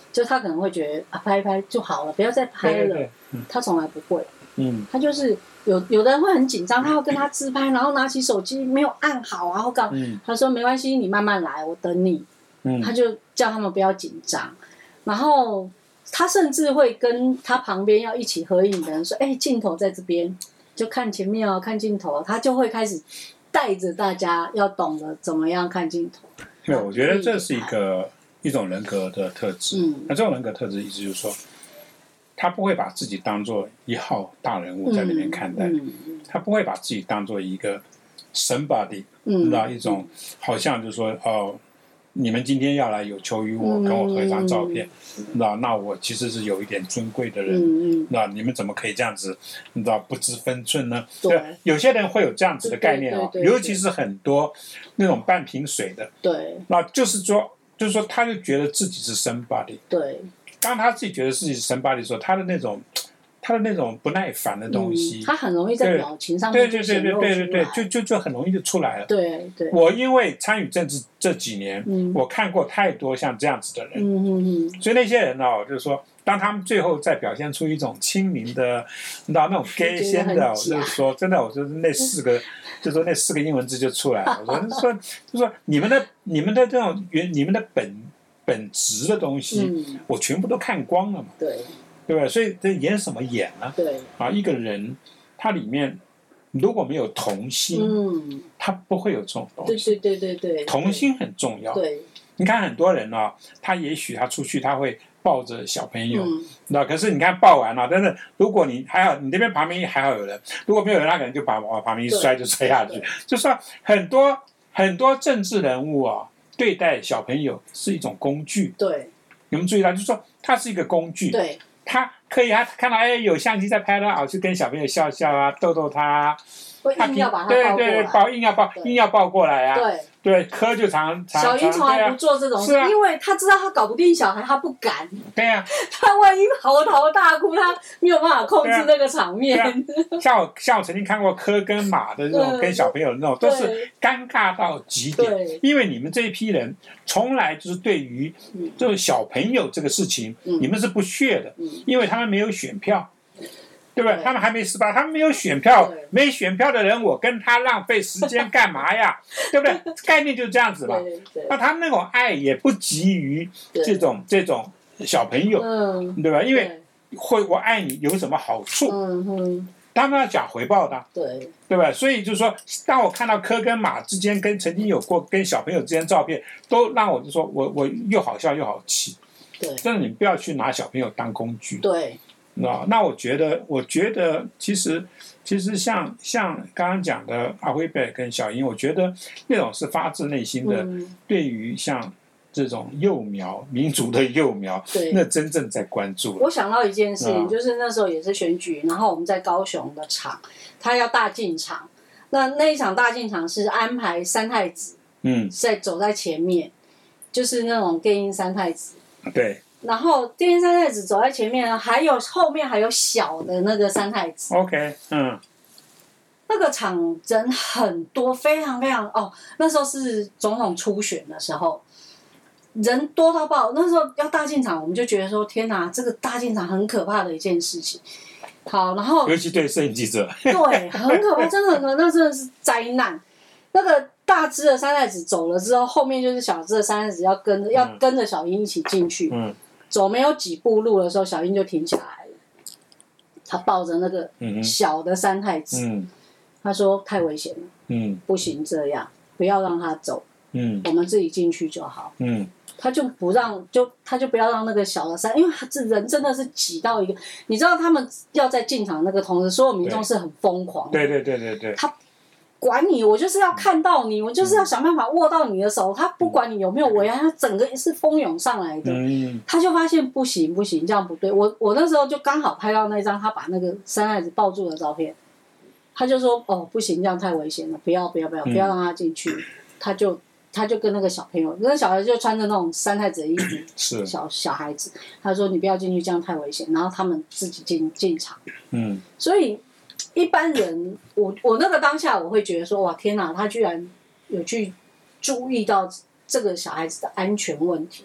就他可能会觉得啊，拍一拍就好了，不要再拍了。 对， 他从来不会。 他就是有的人会很紧张，他要跟他自拍，然后拿起手机没有按好啊，或干嘛。他说没关系，你慢慢来，我等你。他就叫他们不要紧张，然后他甚至会跟他旁边要一起合影的人说：“镜头在这边，就看前面哦，看镜头。”他就会开始带着大家要懂得怎么样看镜头。 没有，我觉得这是一种人格的特质。那这种人格特质意思就是说，他不会把自己当做一号大人物在那边看待，他不会把自己当做一个 somebody， 知道一种好像就是说你们今天要来有求于我，跟我合一张照片，那我其实是有一点尊贵的人，那你们怎么可以这样子，你知道不知分寸呢？对，有些人会有这样子的概念尤其是很多那种半瓶水的， 对， 那就是说他就觉得自己是 somebody， 对，当他自己觉得自己是 somebody 的时候，他的那种不耐烦的东西， 他很容易在表情上面显露出来， 对，就很容易就出来了。 对， 我因为参与政治这几年，我看过太多像这样子的人，所以那些人就是说，当他们最后再表现出一种亲民的，你知道那种 gay 仙的，我就是说真的，我就是那4个英文字就出来了。我说你们的这种你们的本质的东西，我全部都看光了嘛。对吧？所以这演什么演呢？对一个人他里面如果没有童心，他不会有这种东西。对，童心很重要。对，你看很多人他也许他出去他会抱着小朋友，可是你看抱完了，但是如果你还好，你那边旁边还好有人，如果没有人，他可能就把往旁边一摔就摔下去。就说很多政治人物对待小朋友是一种工具。对，你们注意到，就是说它是一个工具。对。他可以看到有相机在拍他去跟小朋友笑笑逗他， 硬要把他抱过来， 硬要抱过来对，柯就小英从来不做这种事，因为他知道他搞不定小孩，他不敢。 对呀， 他万一嚎啕大哭，他没有办法控制那个场面。 像我曾经看过柯跟马的那种跟小朋友的那种，都是尴尬到极点，因为你们这一批人从来就是对于这种小朋友这个事情，你们是不屑的，因为他们没有选票。对不对？他们还没18，他们没有选票，没选票的人，我跟他浪费时间干嘛呀？对不对？概念就是这样子嘛。那他们那种爱也不及于这种小朋友，对吧？因为我爱你有什么好处？他们要讲回报的，对吧？所以就是说，当我看到柯跟马之间曾经有过跟小朋友之间照片，都让我就说我又好笑又好气。对，真的，你不要去拿小朋友当工具。对。那我觉得其实像刚刚讲的阿辉伯跟小英，我觉得那种是发自内心的，对于像这种幼苗民族的幼苗，那真正在关注。 我想到一件事情，就是那时候也是选举，然后我们在高雄的场，他要大进场，那一场大进场是安排三太子，走在前面，就是那种电音三太子。对。然后电音三太子走在前面，后面还有小的那个三太子。 OK， 那个场人很多，非常非常那时候是总统初选的时候，人多到爆。那时候要大进场，我们就觉得说天哪，这个大进场很可怕的一件事情。好，然后尤其对摄影记者， 对，很可怕，真的很可怕，那真的是灾难。那个大只的三太子走了之后，后面就是小只的三太子要跟着小英一起进去。走没有几步路的时候，小英就停下来了。他抱着那个小的三太子，他说太危险了，不行这样，不要让他走，我们自己进去就好。他就不让，他就不要让那个小的因为这人真的是挤到一个，你知道他们要在进场那个同时，所有民众是很疯狂的。对。他管你，我就是要看到你，我就是要想办法握到你的手。他不管你有没有危害，他整个是蜂拥上来的。他就发现不行，这样不对。我那时候就刚好拍到那张他把那个三太子抱住的照片，他就说不行，这样太危险了，不要让他进去。他就跟那个小朋友，那小孩就穿着那种三太子的衣服，是小孩子，他说你不要进去，这样太危险。然后他们自己进场。所以。一般人，我那个当下我会觉得说，哇天哪，他居然有去注意到这个小孩子的安全问题，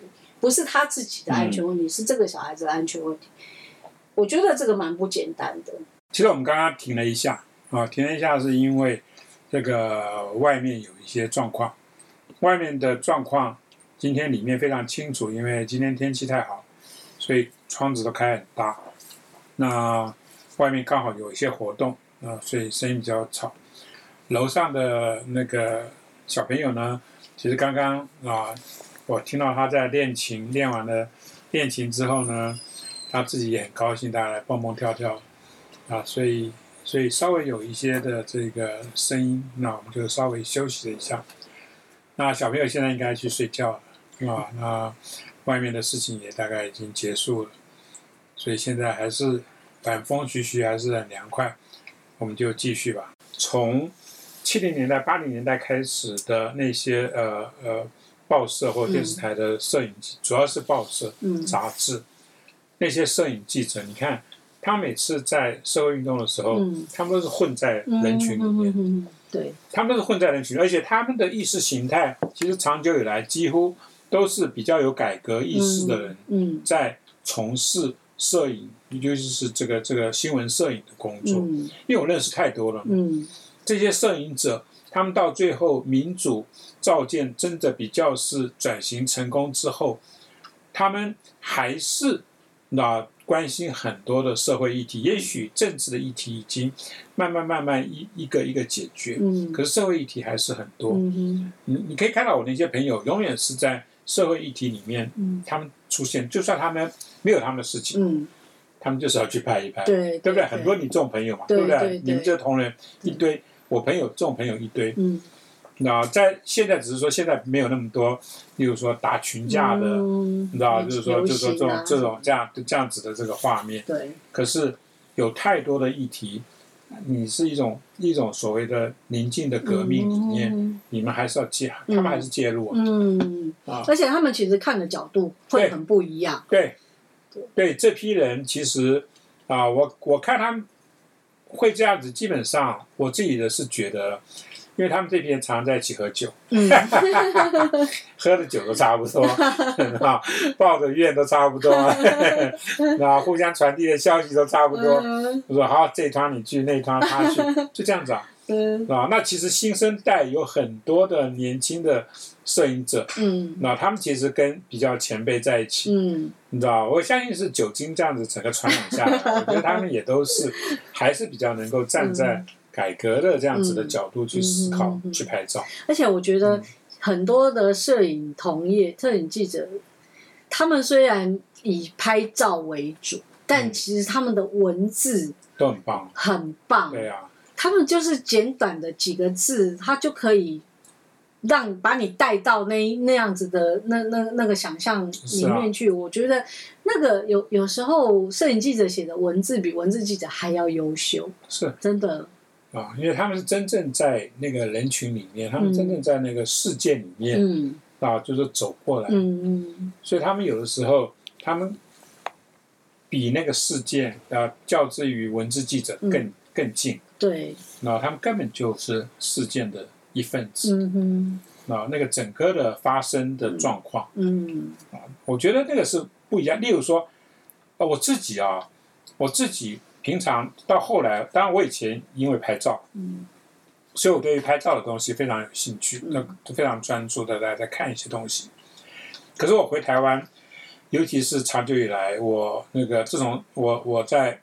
不是他自己的安全问题，是这个小孩子的安全问题。我觉得这个蛮不简单的。 其实我们刚刚停了一下啊，停了一下是因为这个外面有一些状况，外面的状况今天里面非常清楚，因为今天天气太好，所以窗子都开很大。那外面刚好有一些活动啊，所以声音比较吵。楼上的那个小朋友呢，其实刚刚啊，我听到他在练琴，练完了练琴之后呢，他自己也很高兴，大家来蹦蹦跳跳啊，所以稍微有一些的这个声音，那我们就稍微休息了一下。那小朋友现在应该去睡觉了啊，那外面的事情也大概已经结束了，所以现在还是晚风徐徐，还是很凉快，我们就继续吧。从70年代、80年代开始的那些报社或电视台的摄影机，主要是报社、杂志，那些摄影记者，你看他每次在社会运动的时候，他们都是混在人群里面， 对， 他们都是混在人群，而且他们的意识形态其实长久以来几乎都是比较有改革意识的人，在从事摄影，尤其是这个新闻摄影的工作，因为我认识太多了，这些摄影者，他们到最后民主照见真的比较是转型成功之后，他们还是关心很多的社会议题，也许政治的议题已经慢慢一个一个解决，可是社会议题还是很多。你可以看到我那些朋友永远是在社会议题里面，他们出现，就算他们没有他们的事情，他们就是要去拍一拍，对不对？很多你这种朋友嘛，对不对？你们这同仁一堆，我朋友这种朋友一堆。那在现在只是说现在没有那么多，例如说打群架的，你知道，就是说这种这样子的这个画面。 对。可是有太多的议题，你是一种所谓的宁静的革命里面，你们还是要他们还是介入而且他们其实看的角度会很不一样。 对，这批人其实我看他们会这样子，基本上我自己的是觉得。因为他们这批人常常在一起喝酒，喝的酒都差不多，抱的怨都差不多，那互相传递的消息都差不多。我说好，这一团你去，那一团他去，就这样子那其实新生代有很多的年轻的摄影者，那他们其实跟比较前辈在一起，你知道，我相信是酒精这样子整个传染下来，我觉得他们也都是还是比较能够站在。改革的这样子的角度去思考，去拍照。 而且我觉得很多的摄影同业、摄影记者，他们虽然以拍照为主，但其实他们的文字都很棒， 很棒。 对啊， 他们就是简短的几个字，他就可以把你带到那样子的那个想象里面去。我觉得那个有时候摄影记者写的文字比文字记者还要优秀，是真的。 因为他们是真正在那个人群里面，他们真正在那个事件里面，就是走过来，所以他们有的时候，他们比那个事件较之于文字记者更近， 对， 然后他们根本就是事件的一份子，那个整个的发生的状况，我觉得那个是不一样。例如说，我自己。平常到后来，当然我以前因为拍照，所以我对于拍照的东西非常有兴趣，都非常专注的在看一些东西。可是我回台湾，尤其是长久以来，我自从我在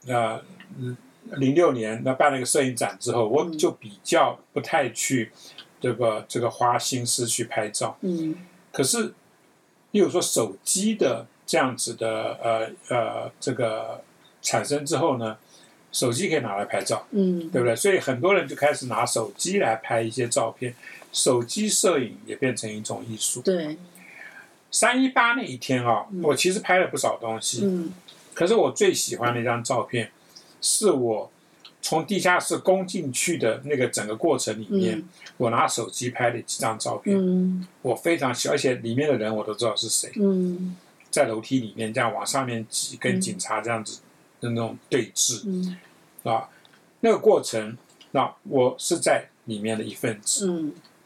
06年办了一个摄影展之后，我就比较不太去这个花心思去拍照。可是，例如说手机的这样子的这个产生之后呢？手机可以拿来拍照，对不对？所以很多人就开始拿手机来拍一些照片，手机摄影也变成一种艺术。 对 ，318那一天我其实拍了不少东西，可是我最喜欢的一张照片，是我从地下室攻进去的那个整个过程里面，我拿手机拍了几张照片，我非常喜欢，而且里面的人我都知道是谁，在楼梯里面这样往上面挤，跟警察这样子。的那种对峙，那个过程，那我是在里面的一份子，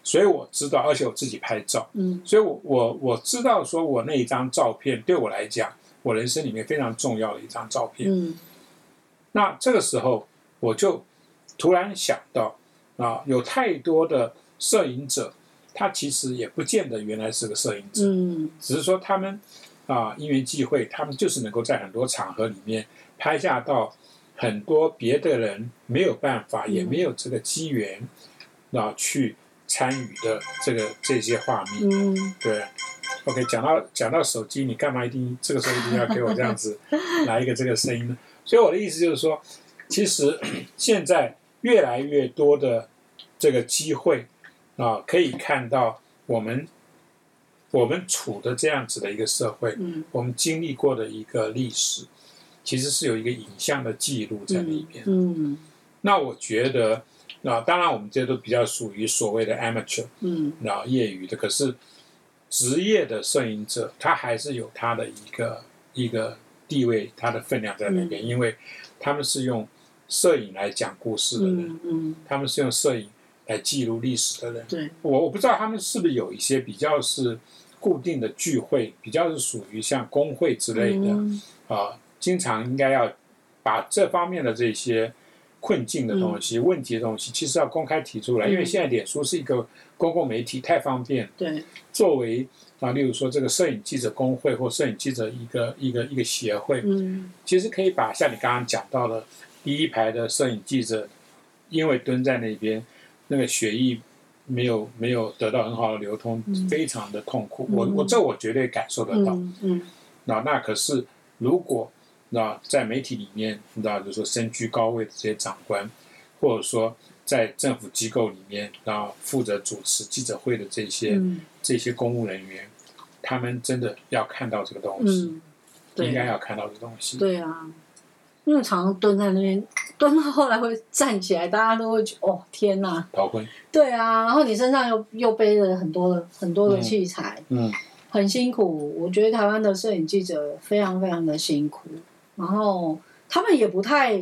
所以我知道，而且我自己拍照，所以我知道说我那一张照片对我来讲，我人生里面非常重要的一张照片。那这个时候我就突然想到有太多的摄影者，他其实也不见得原来是个摄影者，只是说他们因缘际会，他们就是能够在很多场合里面拍下到很多别的人没有办法，也没有这个机缘去参与的这些画面。对 ，OK， 讲到手机，你干嘛这个时候一定要给我这样子来一个这个声音呢？所以我的意思就是说，其实现在越来越多的这个机会可以看到我们处的这样子的一个社会，我们经历过的一个历史，其实是有一个影像的记录在里边。那我觉得当然我们这些都比较属于所谓的 amateur，业余的，可是职业的摄影者他还是有他的一个地位，他的分量在那边，因为他们是用摄影来讲故事的人，他们是用摄影来记录历史的人。 对， 我不知道他们是不是有一些比较是固定的聚会，比较是属于像工会之类的，经常应该要把这方面的这些困境的东西、问题的东西，其实要公开提出来，因为现在脸书是一个公共媒体，太方便。 对， 作为例如说这个摄影记者工会或摄影记者一个协会，其实可以把像你刚刚讲到的第一排的摄影记者，因为蹲在那边，那个血液没有得到很好的流通，非常的痛苦。我绝对感受得到。那可是如果在媒体里面，就是说身居高位的这些长官，或者说在政府机构里面，负责主持记者会的这些公务人员，他们真的要看到这个东西，应该要看到这个东西。 对啊，因为常常蹲在那边，蹲到后来会站起来，大家都会觉得天哪， 逃婚。对啊，然后你身上又背着很多的器材，很辛苦。我觉得台湾的摄影记者非常非常的辛苦，然后他们也不太，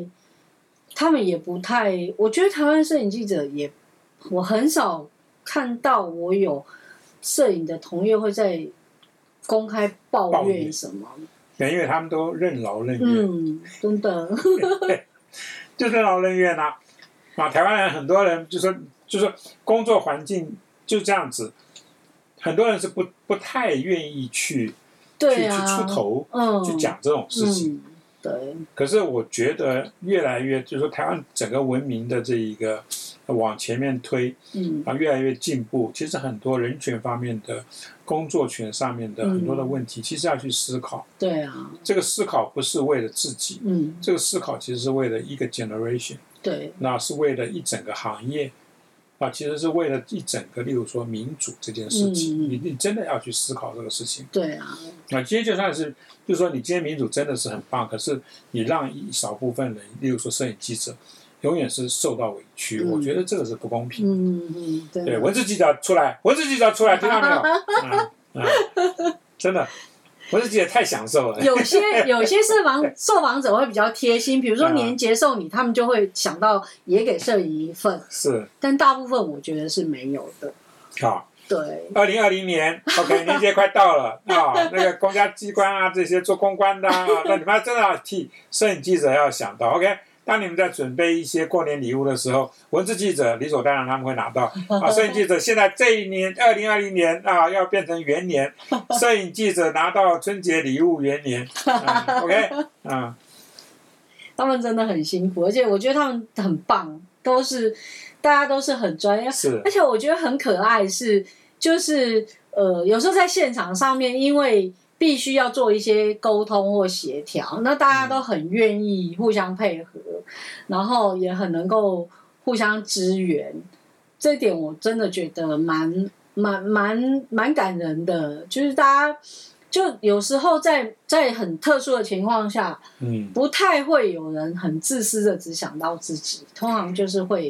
我觉得台湾摄影记者我很少看到我有摄影的同业会在公开抱怨什么。 因为他们都任劳任怨， 真的， 就任劳任怨台湾人很多人就说工作环境就这样子，很多人是不太愿意去出头，去讲这种事情。 对。 可是我觉得越来越，就是说台湾整个文明的这一个往前面推，越来越进步。其实很多人权方面的、工作权上面的很多的问题，其实要去思考。 对啊。这个思考不是为了自己，这个思考其实是为了一个 generation。对。那是为了一整个行业，其实是为了一整个，例如说民主这件事情，你真的要去思考这个事情。 对啊。 今天就算是，就是说你今天民主真的是很棒，可是你让一少部分人，例如说摄影记者，永远是受到委屈，我觉得这个是不公平。对，文字记者出来，听到没有？真的。我是觉得太享受了。 有些受访者会比较贴心，比如说年节送礼，他们就会想到也给摄影一份。 是。但大部分我觉得是没有的。 好。 对。 2020年 ，OK， 年节快到了那个公家机关这些做公关的那你们真的要替摄影记者要想到 ，OK。当你们在准备一些过年礼物的时候，文字记者理所当然他们会拿到摄影记者现在这一年2020年要变成元年，摄影记者拿到春节礼物元年，OK 他们真的很辛苦，而且我觉得他们很棒，大家都是很专业，而且我觉得很可爱就是有时候在现场上面，因为必须要做一些沟通或协调，那大家都很愿意互相配合，然后也很能够互相支援，这一点我真的觉得蛮感人的。就是大家就有时候在很特殊的情况下，不太会有人很自私的只想到自己，通常就是会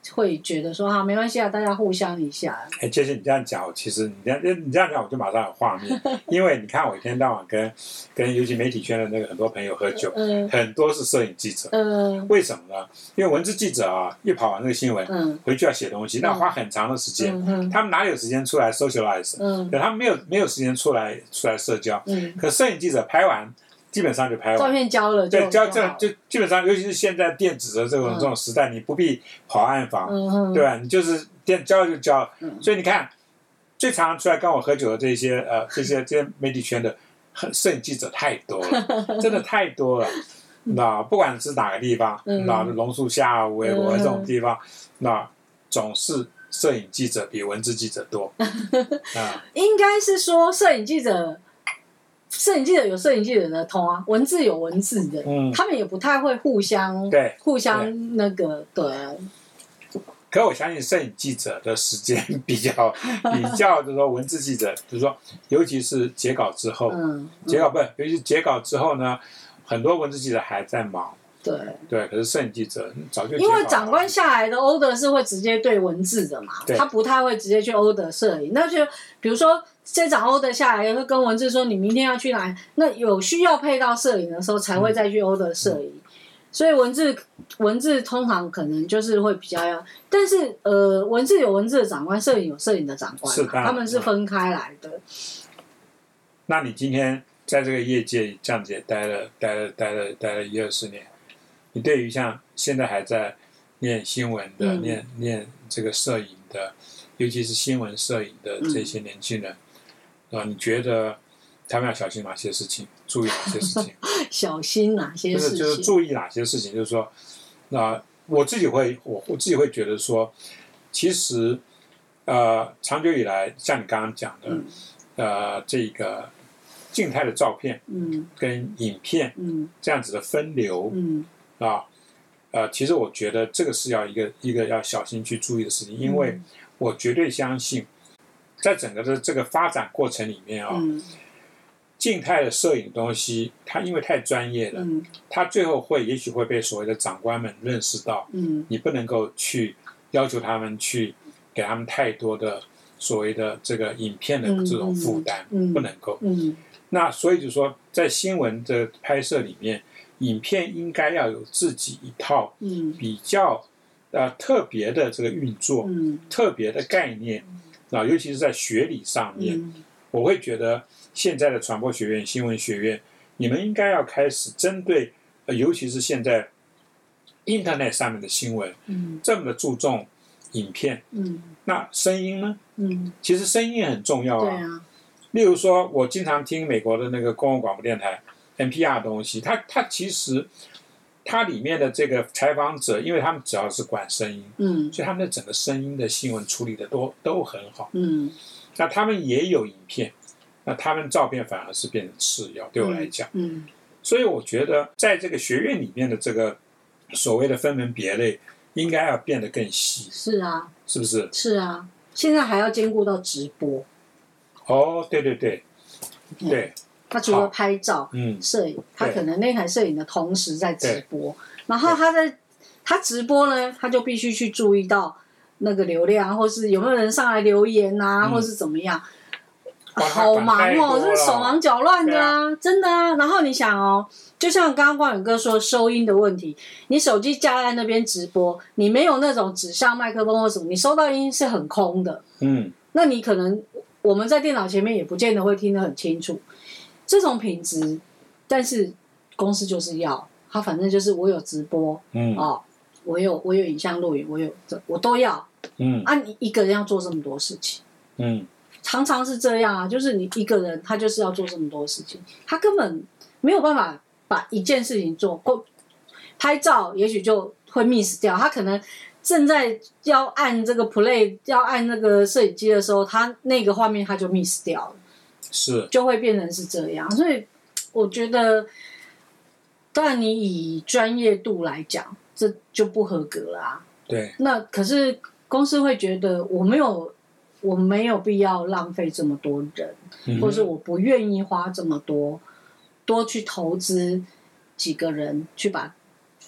会觉得说没关系啊，大家互相一下。 杰西，你这样讲，其实你这样讲，我就马上有画面，因为你看我一天到晚跟尤其媒体圈的那个很多朋友喝酒，很多是摄影记者，为什么呢？因为文字记者啊，一跑完那个新闻，回去要写东西，那花很长的时间，他们哪里有时间出来 socialize？可他们没有时间出来社交，可摄影记者拍完。基本上就拍完， 照片交了就基本上，尤其是现在电子的这种时代，你不必跑暗房，对吧？你就是交就交，所以你看，最常出来跟我喝酒的这些媒体圈的摄影记者太多了，真的太多了。那不管是哪个地方，那榕树下、微博这种地方，那总是摄影记者比文字记者多。 应该是说摄影记者有摄影记者的通啊，文字有文字的，他们也不太会互相那个对。 可我相信摄影记者的时间比较，就是说文字记者，就是说，尤其是截稿之后，尤其是截稿之后呢，很多文字记者还在忙。对，可是摄影记者早就因为长官下来的 order 是会直接对文字的嘛，他不太会直接去 order 摄影。那就比如说这场 order 下来会跟文字说你明天要去哪里，那有需要配到摄影的时候才会再去 order 摄影。所以文字通常可能就是会比较要，但是文字有文字的长官，摄影有摄影的长官，他们是分开来的。 那你今天在这个业界这样子也待了1-20年。你对于像现在还在念新闻的、念这个摄影的，尤其是新闻摄影的这些年轻人，你觉得他们要小心哪些事情，注意哪些事情？ 小心哪些事情？ 就是注意哪些事情？就是说，我自己会觉得说，其实长久以来，像你刚刚讲的，这个静态的照片，跟影片，这样子的分流，其实我觉得这个是要一个要小心去注意的事情，因为我绝对相信，在整个的这个发展过程里面静态的摄影东西，它因为太专业了，它最后也许会被所谓的长官们认识到，你不能够去要求他们去给他们太多的所谓的这个影片的这种负担，不能够。那所以就说，在新闻的拍摄里面，影片应该要有自己一套比较特别的这个运作，特别的概念尤其是在学理上面，我会觉得现在的传播学院、新闻学院，你们应该要开始针对，尤其是现在 Internet 上面的新闻，这么的注重影片，那声音呢？其实声音也很重要啊。 对啊。 例如说，我经常听美国的那个公共广播电台 NPR 的东西，它其实它里面的这个采访者，因为他们只要是管声音，所以他们的整个声音的新闻处理的都很好，那他们也有影片，那他们照片反而是变成次要，对我来讲，所以我觉得在这个学院里面的这个所谓的分门别类，应该要变得更细。 是啊， 是不是？ 是啊，现在还要兼顾到直播。 对， 他除了拍照、摄影，他可能那台摄影的同时在直播，然后他直播呢，他就必须去注意到那个流量，或是有没有人上来留言啊，或是怎么样，好忙哦，这是手忙脚乱的啊，真的啊。然后你想哦，就像刚刚光远哥说收音的问题，你手机架在那边直播，你没有那种指向麦克风或什么，你收到音是很空的，那你可能我们在电脑前面也不见得会听得很清楚。这种品质，但是公司就是要他，反正就是我有直播，我有影像录影，我都要，你一个人要做这么多事情，常常是这样啊，就是你一个人他就是要做这么多事情，他根本没有办法把一件事情做，拍照也许就会 miss 掉，他可能正在要按这个 play 要按那个摄影机的时候，他那个画面他就 miss 掉了。 是， 就会变成是这样，所以我觉得，当然你以专业度来讲，这就不合格啦、啊。 对。 那可是公司会觉得我没有必要浪费这么多人，或者是我不愿意花这么多去投资几个人去把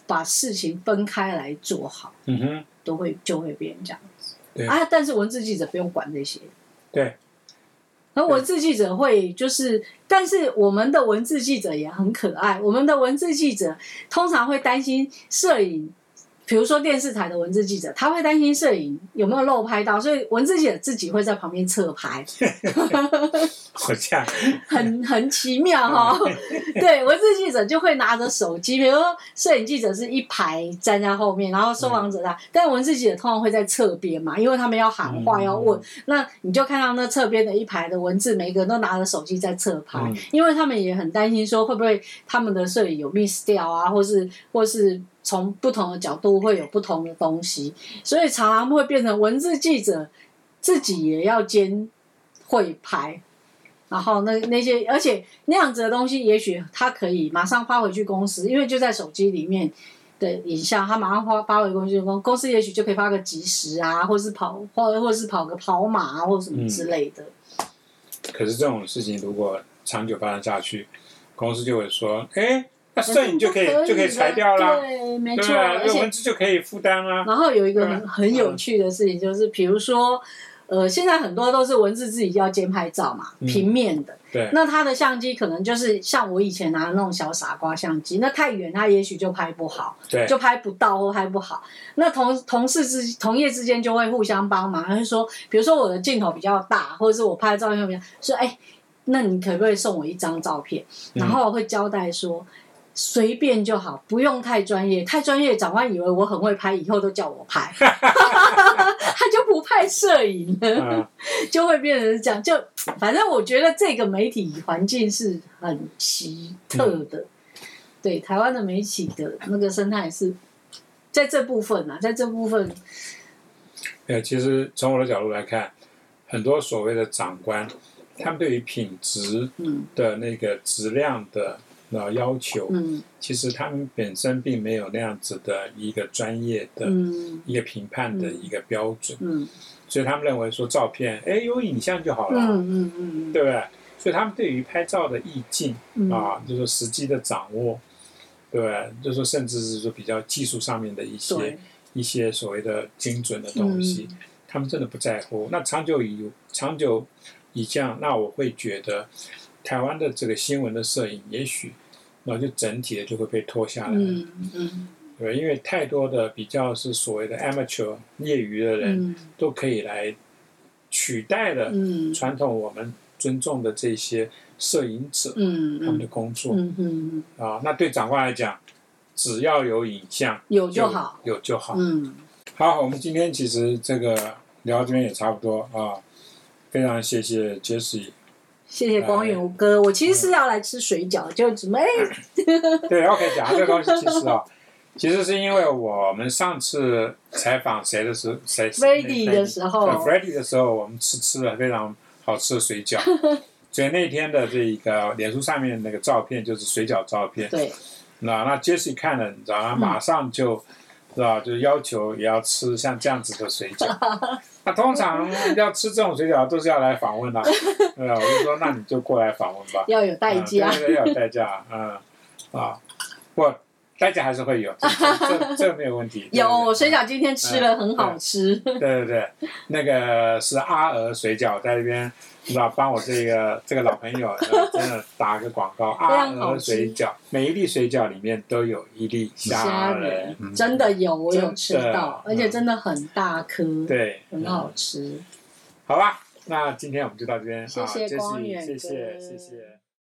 把事情分开来做好，就会变成这样子。但是文字记者不用管这些。 对。 而文字记者会就是，但是我们的文字记者也很可爱。我们的文字记者通常会担心摄影，比如说电视台的文字记者，他会担心摄影有没有漏拍到，所以文字记者自己会在旁边侧拍。 好像很奇妙哈。对，文字记者就会拿着手机，比如说摄影记者是一排站在后面，然后受访者但文字记者通常会在侧边嘛，因为他们要喊话要问，那你就看到那侧边的一排的文字，每个人都拿着手机在侧拍，因为他们也很担心说会不会他们的摄影有 miss 掉啊，或是从不同的角度会有不同的东西，所以常常会变成文字记者自己也要兼会拍。然后那些，而且那样子的东西，也许他可以马上发回去公司，因为就在手机里面的影像，他马上发回公司，也许就可以发个即时啊，或是跑个跑马啊，或什么之类的。 可是这种事情如果长久发展下去，公司就会说，那摄影就可以裁掉啦， 对，没错， 而且文字就可以负担啦。 然后有一个很有趣的事情，就是比如说。现在很多都是文字自己要兼拍照嘛，平面的。 对。 那他的相机可能就是像我以前拿的那种小傻瓜相机，那太远他也许就拍不好， 对， 就拍不到或拍不好。那同业之间就会互相帮忙，他就说，比如说我的镜头比较大，或者是我拍的照片比较，说那你可不可以送我一张照片？然后我会交代说。随便就好，不用太专业。太专业，长官以为我很会拍，以后都叫我拍，他就不拍摄影了，就会变成这样。就反正我觉得这个媒体环境是很奇特的，对台湾的媒体的那个生态是在这部分啊，在这部分。 其实从我的角度来看，很多所谓的长官，他们对于品质的那个质量的。要求，其实他们本身并没有那样子的一个专业的一个评判的一个标准，所以他们认为说照片，有影像就好了，对不对？所以他们对于拍照的意境就是说实际的掌握，对不对？就是说甚至是说比较技术上面的一些所谓的精准的东西，他们真的不在乎。那长久以这样，那我会觉得。台湾的这个新闻的摄影，也许，就整体的就会被拖下来，对，因为太多的比较是所谓的 amateur 业余的人，都可以来取代了传统我们尊重的这些摄影者，他们的工作，那对长官来讲，只要有影像， 有就好， 好，我们今天其实这个聊到这边也差不多啊，非常谢谢 Jessie。 谢谢光远哥，我其实是要来吃水饺，就准备。 对 ，OK， 讲这个东西其实是因为我们上次采访谁的时候，Freddy 的时候 ，Freddy 的时候，我们吃了非常好吃的水饺，所以那天的这个脸书上面那个照片就是水饺照片。 对。 那 Jessie 看了，你知道吗？马上就，是吧？就要求也要吃像这样子的水饺。那通常要吃这种水饺都是要来访问的，对吧？我就说那你就过来访问吧， 要有代价， 对，要有代价，不，代价还是会有，这没有问题。 有水饺今天吃了很好吃， 对，那个是阿娥水饺在那边，你知道帮我这个老朋友真的打个广告，阿娥水饺，每一粒水饺里面都有一粒虾仁， 真的有，我有吃到，而且真的很大颗， 对， 很好吃。 好吧，那今天我们就到这边， 谢谢光远哥， 谢谢。